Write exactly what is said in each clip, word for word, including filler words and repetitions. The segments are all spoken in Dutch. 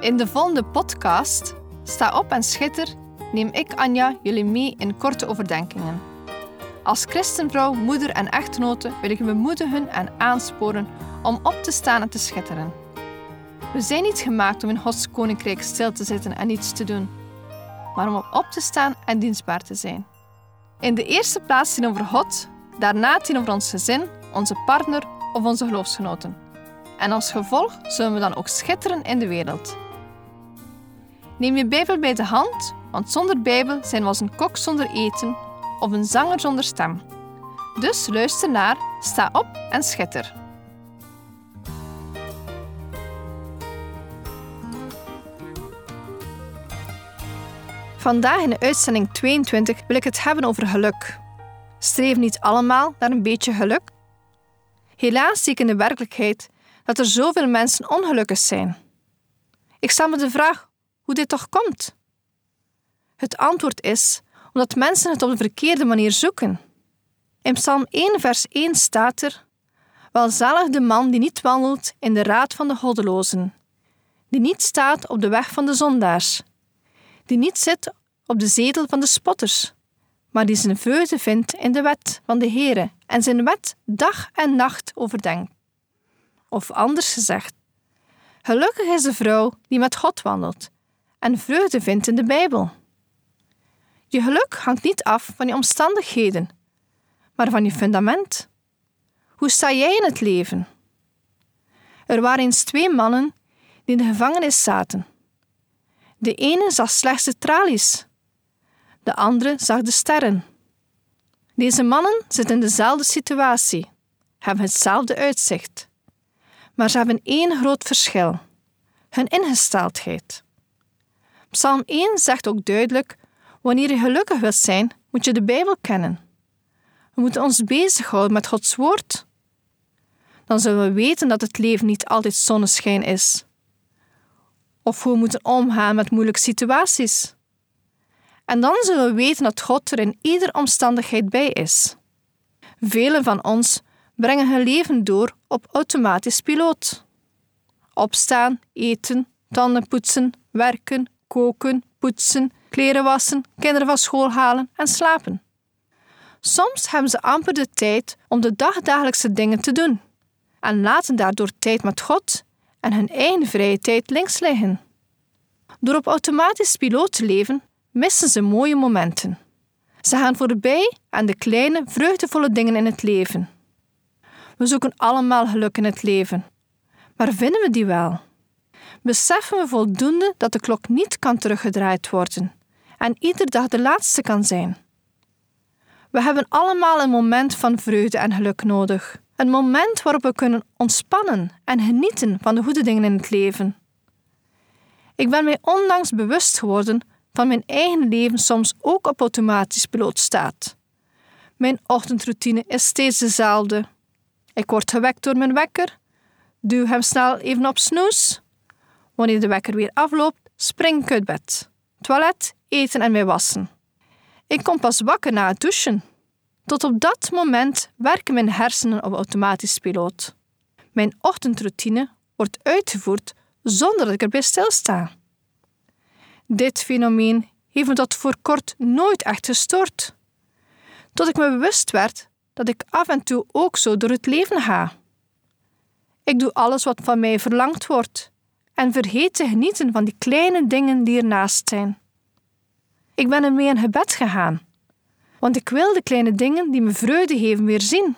In de volgende podcast, Sta op en schitter, neem ik, Anja, jullie mee in korte overdenkingen. Als christenvrouw, moeder en echtgenote wil ik je bemoedigen en aansporen om op te staan en te schitteren. We zijn niet gemaakt om in Gods koninkrijk stil te zitten en niets te doen, maar om op te staan en dienstbaar te zijn. In de eerste plaats tegenover God, daarna tegenover ons gezin, onze partner of onze geloofsgenoten. En als gevolg zullen we dan ook schitteren in de wereld. Neem je Bijbel bij de hand, want zonder Bijbel zijn we als een kok zonder eten of een zanger zonder stem. Dus luister naar, sta op en schitter. Vandaag in de uitzending tweeëntwintig wil ik het hebben over geluk. Streven niet allemaal naar een beetje geluk? Helaas zie ik in de werkelijkheid dat er zoveel mensen ongelukkig zijn. Ik stel me de vraag hoe dit toch komt. Het antwoord is omdat mensen het op de verkeerde manier zoeken. In Psalm één vers één staat er: Welzalig de man die niet wandelt in de raad van de goddelozen, die niet staat op de weg van de zondaars, die niet zit op de zetel van de spotters, maar die zijn vreugde vindt in de wet van de Heere en zijn wet dag en nacht overdenkt. Of anders gezegd, gelukkig is de vrouw die met God wandelt en vreugde vindt in de Bijbel. Je geluk hangt niet af van je omstandigheden, maar van je fundament. Hoe sta jij in het leven? Er waren eens twee mannen die in de gevangenis zaten. De ene zag slechts de tralies, de andere zag de sterren. Deze mannen zitten in dezelfde situatie, hebben hetzelfde uitzicht, maar ze hebben één groot verschil: hun ingesteldheid. Psalm één zegt ook duidelijk: wanneer je gelukkig wilt zijn, moet je de Bijbel kennen. We moeten ons bezighouden met Gods woord. Dan zullen we weten dat het leven niet altijd zonneschijn is. Of hoe we moeten omgaan met moeilijke situaties. En dan zullen we weten dat God er in iedere omstandigheid bij is. Velen van ons brengen hun leven door op automatisch piloot. Opstaan, eten, tanden poetsen, werken, koken, poetsen, kleren wassen, kinderen van school halen en slapen. Soms hebben ze amper de tijd om de dagdagelijkse dingen te doen en laten daardoor tijd met God en hun eigen vrije tijd links liggen. Door op automatisch piloot te leven, missen ze mooie momenten. Ze gaan voorbij aan de kleine, vreugdevolle dingen in het leven. We zoeken allemaal geluk in het leven. Maar vinden we die wel? Beseffen we voldoende dat de klok niet kan teruggedraaid worden en iedere dag de laatste kan zijn? We hebben allemaal een moment van vreugde en geluk nodig. Een moment waarop we kunnen ontspannen en genieten van de goede dingen in het leven. Ik ben mij onlangs bewust geworden van mijn eigen leven soms ook op automatisch piloot staat. Mijn ochtendroutine is steeds dezelfde. Ik word gewekt door mijn wekker, duw hem snel even op snoes. Wanneer de wekker weer afloopt, spring ik uit bed. Toilet, eten en mij wassen. Ik kom pas wakker na het douchen. Tot op dat moment werken mijn hersenen op automatisch piloot. Mijn ochtendroutine wordt uitgevoerd zonder dat ik erbij stilsta. Dit fenomeen heeft me tot voor kort nooit echt gestoord. Tot ik me bewust werd dat ik af en toe ook zo door het leven ga. Ik doe alles wat van mij verlangd wordt en vergeet te genieten van die kleine dingen die ernaast zijn. Ik ben ermee in gebed gegaan, want ik wil de kleine dingen die me vreugde geven weer zien.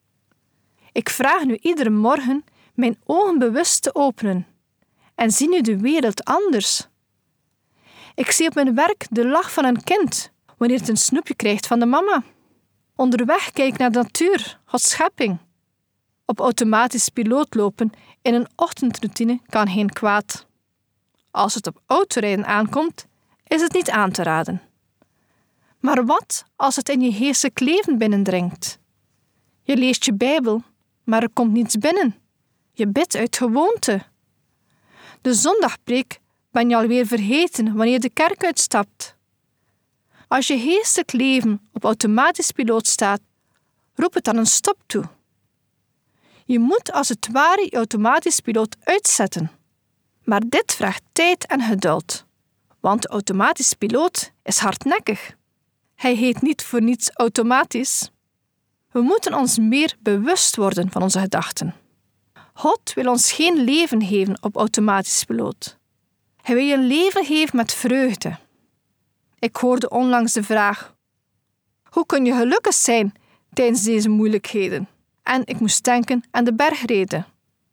Ik vraag nu iedere morgen mijn ogen bewust te openen en zie nu de wereld anders. Ik zie op mijn werk de lach van een kind wanneer het een snoepje krijgt van de mama. Onderweg kijk ik naar de natuur, Gods schepping. Op automatisch piloot lopen in een ochtendroutine kan geen kwaad. Als het op autorijden aankomt, is het niet aan te raden. Maar wat als het in je geestelijk leven binnendringt? Je leest je Bijbel, maar er komt niets binnen. Je bidt uit gewoonte. De zondagpreek ben je alweer vergeten wanneer je de kerk uitstapt. Als je geestelijk leven op automatisch piloot staat, roep het dan een stop toe. Je moet als het ware je automatisch piloot uitzetten. Maar dit vraagt tijd en geduld, want de automatische piloot is hardnekkig. Hij heet niet voor niets automatisch. We moeten ons meer bewust worden van onze gedachten. God wil ons geen leven geven op automatische piloot. Hij wil je een leven geven met vreugde. Ik hoorde onlangs de vraag: hoe kun je gelukkig zijn tijdens deze moeilijkheden? En ik moest denken aan de bergreden.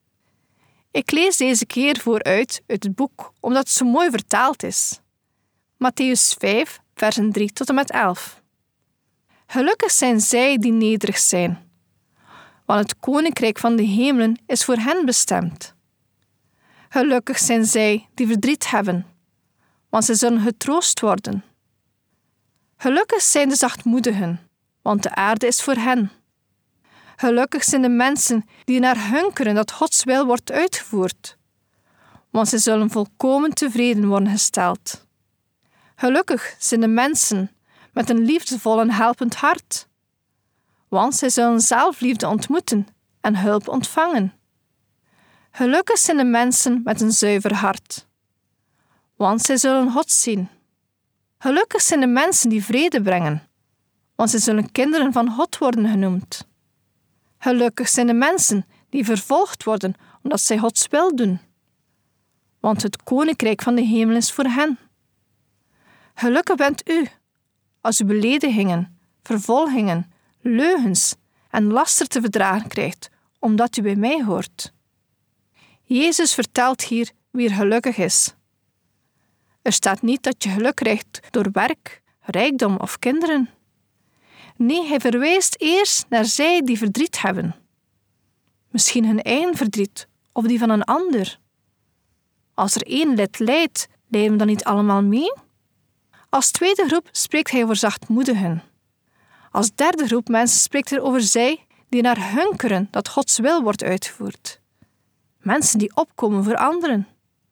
Ik lees deze keer vooruit uit het boek omdat het zo mooi vertaald is. Mattheüs vijf, versen drie tot en met elf. Gelukkig zijn zij die nederig zijn, want het koninkrijk van de hemelen is voor hen bestemd. Gelukkig zijn zij die verdriet hebben, want zij zullen getroost worden. Gelukkig zijn de zachtmoedigen, want de aarde is voor hen. Gelukkig zijn de mensen die naar hunkeren dat Gods wil wordt uitgevoerd, want zij zullen volkomen tevreden worden gesteld. Gelukkig zijn de mensen met een liefdevol en helpend hart, want zij zullen zelf liefde ontmoeten en hulp ontvangen. Gelukkig zijn de mensen met een zuiver hart, want zij zullen God zien. Gelukkig zijn de mensen die vrede brengen, want zij zullen kinderen van God worden genoemd. Gelukkig zijn de mensen die vervolgd worden omdat zij Gods wil doen, want het koninkrijk van de hemel is voor hen. Gelukkig bent u als u beledigingen, vervolgingen, leugens en laster te verdragen krijgt, omdat u bij mij hoort. Jezus vertelt hier wie er gelukkig is. Er staat niet dat je geluk krijgt door werk, rijkdom of kinderen. Nee, hij verwijst eerst naar zij die verdriet hebben. Misschien hun eigen verdriet of die van een ander. Als er één lid lijdt, lijden we dan niet allemaal mee? Als tweede groep spreekt hij over zachtmoedigen. Als derde groep mensen spreekt hij over zij die naar hunkeren dat Gods wil wordt uitgevoerd. Mensen die opkomen voor anderen.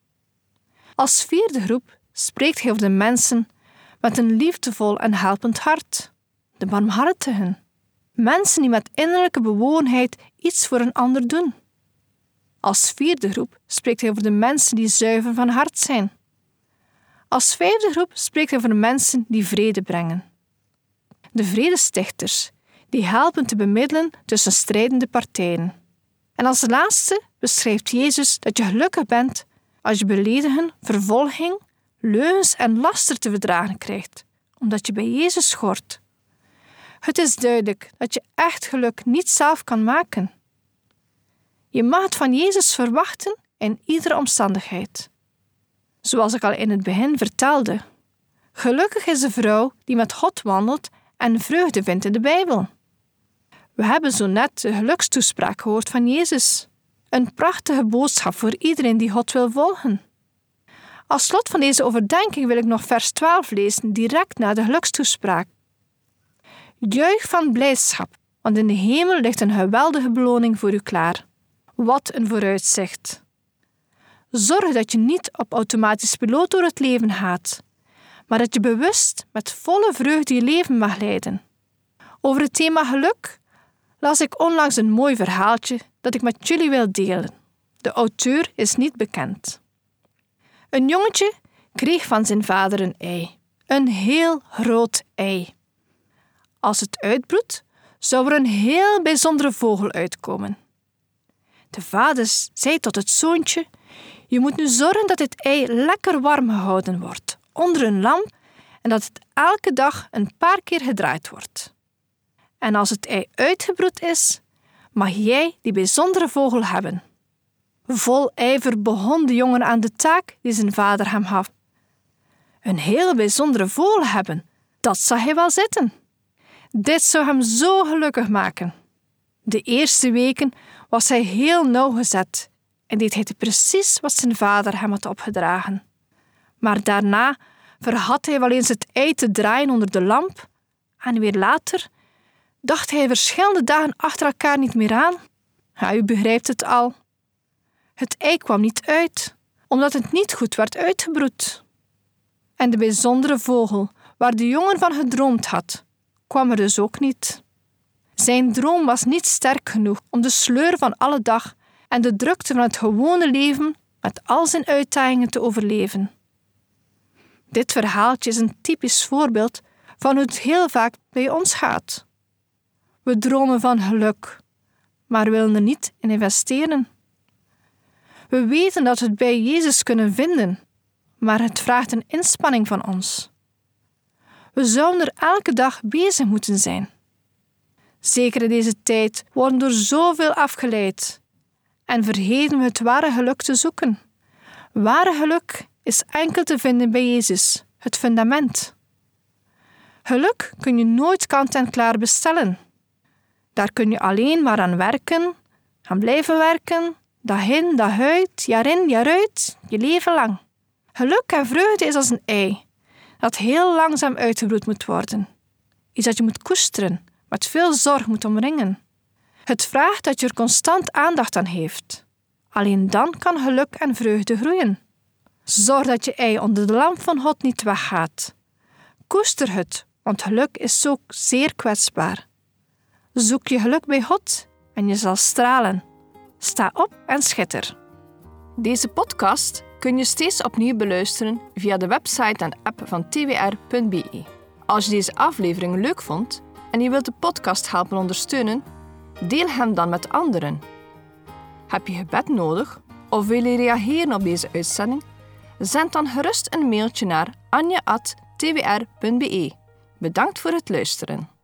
Als vierde groep spreekt hij over de mensen met een liefdevol en helpend hart. De barmhartigen. Mensen die met innerlijke bewogenheid iets voor een ander doen. Als vierde groep spreekt hij over de mensen die zuiver van hart zijn. Als vijfde groep spreekt hij over de mensen die vrede brengen. De vredestichters, die helpen te bemiddelen tussen strijdende partijen. En als laatste beschrijft Jezus dat je gelukkig bent als je beledigen, vervolging, leugens en laster te verdragen krijgt, omdat je bij Jezus hoort. Het is duidelijk dat je echt geluk niet zelf kan maken. Je mag het van Jezus verwachten in iedere omstandigheid. Zoals ik al in het begin vertelde. Gelukkig is de vrouw die met God wandelt en vreugde vindt in de Bijbel. We hebben zo net de gelukstoespraak gehoord van Jezus. Een prachtige boodschap voor iedereen die God wil volgen. Als slot van deze overdenking wil ik nog vers twaalf lezen, direct na de gelukstoespraak. Juich van blijdschap, want in de hemel ligt een geweldige beloning voor u klaar. Wat een vooruitzicht. Zorg dat je niet op automatisch piloot door het leven gaat, maar dat je bewust met volle vreugde je leven mag leiden. Over het thema geluk las ik onlangs een mooi verhaaltje dat ik met jullie wil delen. De auteur is niet bekend. Een jongetje kreeg van zijn vader een ei. Een heel groot ei. Als het uitbroedt, zou er een heel bijzondere vogel uitkomen. De vader zei tot het zoontje: je moet nu zorgen dat het ei lekker warm gehouden wordt, onder een lamp, en dat het elke dag een paar keer gedraaid wordt. En als het ei uitgebroed is, mag jij die bijzondere vogel hebben. Vol ijver begon de jongen aan de taak die zijn vader hem gaf. Een heel bijzondere vogel hebben, dat zag hij wel zitten. Dit zou hem zo gelukkig maken. De eerste weken was hij heel nauwgezet en deed hij precies wat zijn vader hem had opgedragen. Maar daarna vergat hij wel eens het ei te draaien onder de lamp en weer later dacht hij verschillende dagen achter elkaar niet meer aan. Ja, u begrijpt het al. Het ei kwam niet uit, omdat het niet goed werd uitgebroed. En de bijzondere vogel, waar de jongen van gedroomd had, kwam er dus ook niet. Zijn droom was niet sterk genoeg om de sleur van alle dag en de drukte van het gewone leven met al zijn uitdagingen te overleven. Dit verhaaltje is een typisch voorbeeld van hoe het heel vaak bij ons gaat. We dromen van geluk, maar willen er niet in investeren. We weten dat we het bij Jezus kunnen vinden, maar het vraagt een inspanning van ons. We zouden er elke dag bezig moeten zijn. Zeker in deze tijd worden we door zoveel afgeleid en vergeten we het ware geluk te zoeken. Ware geluk is enkel te vinden bij Jezus, het fundament. Geluk kun je nooit kant-en-klaar bestellen. Daar kun je alleen maar aan werken, aan blijven werken, dag in, dag uit, jaar in, jaar uit, je leven lang. Geluk en vreugde is als een ei, dat heel langzaam uitgebroed moet worden. Iets dat je moet koesteren, met veel zorg moet omringen. Het vraagt dat je er constant aandacht aan heeft. Alleen dan kan geluk en vreugde groeien. Zorg dat je ei onder de lamp van God niet weggaat. Koester het, want geluk is zo zeer kwetsbaar. Zoek je geluk bij God en je zal stralen. Sta op en schitter. Deze podcast kun je steeds opnieuw beluisteren via de website en app van t w r punt b e. Als je deze aflevering leuk vond en je wilt de podcast helpen ondersteunen, deel hem dan met anderen. Heb je gebed nodig of wil je reageren op deze uitzending? Zend dan gerust een mailtje naar anja at t w r punt b e. Bedankt voor het luisteren.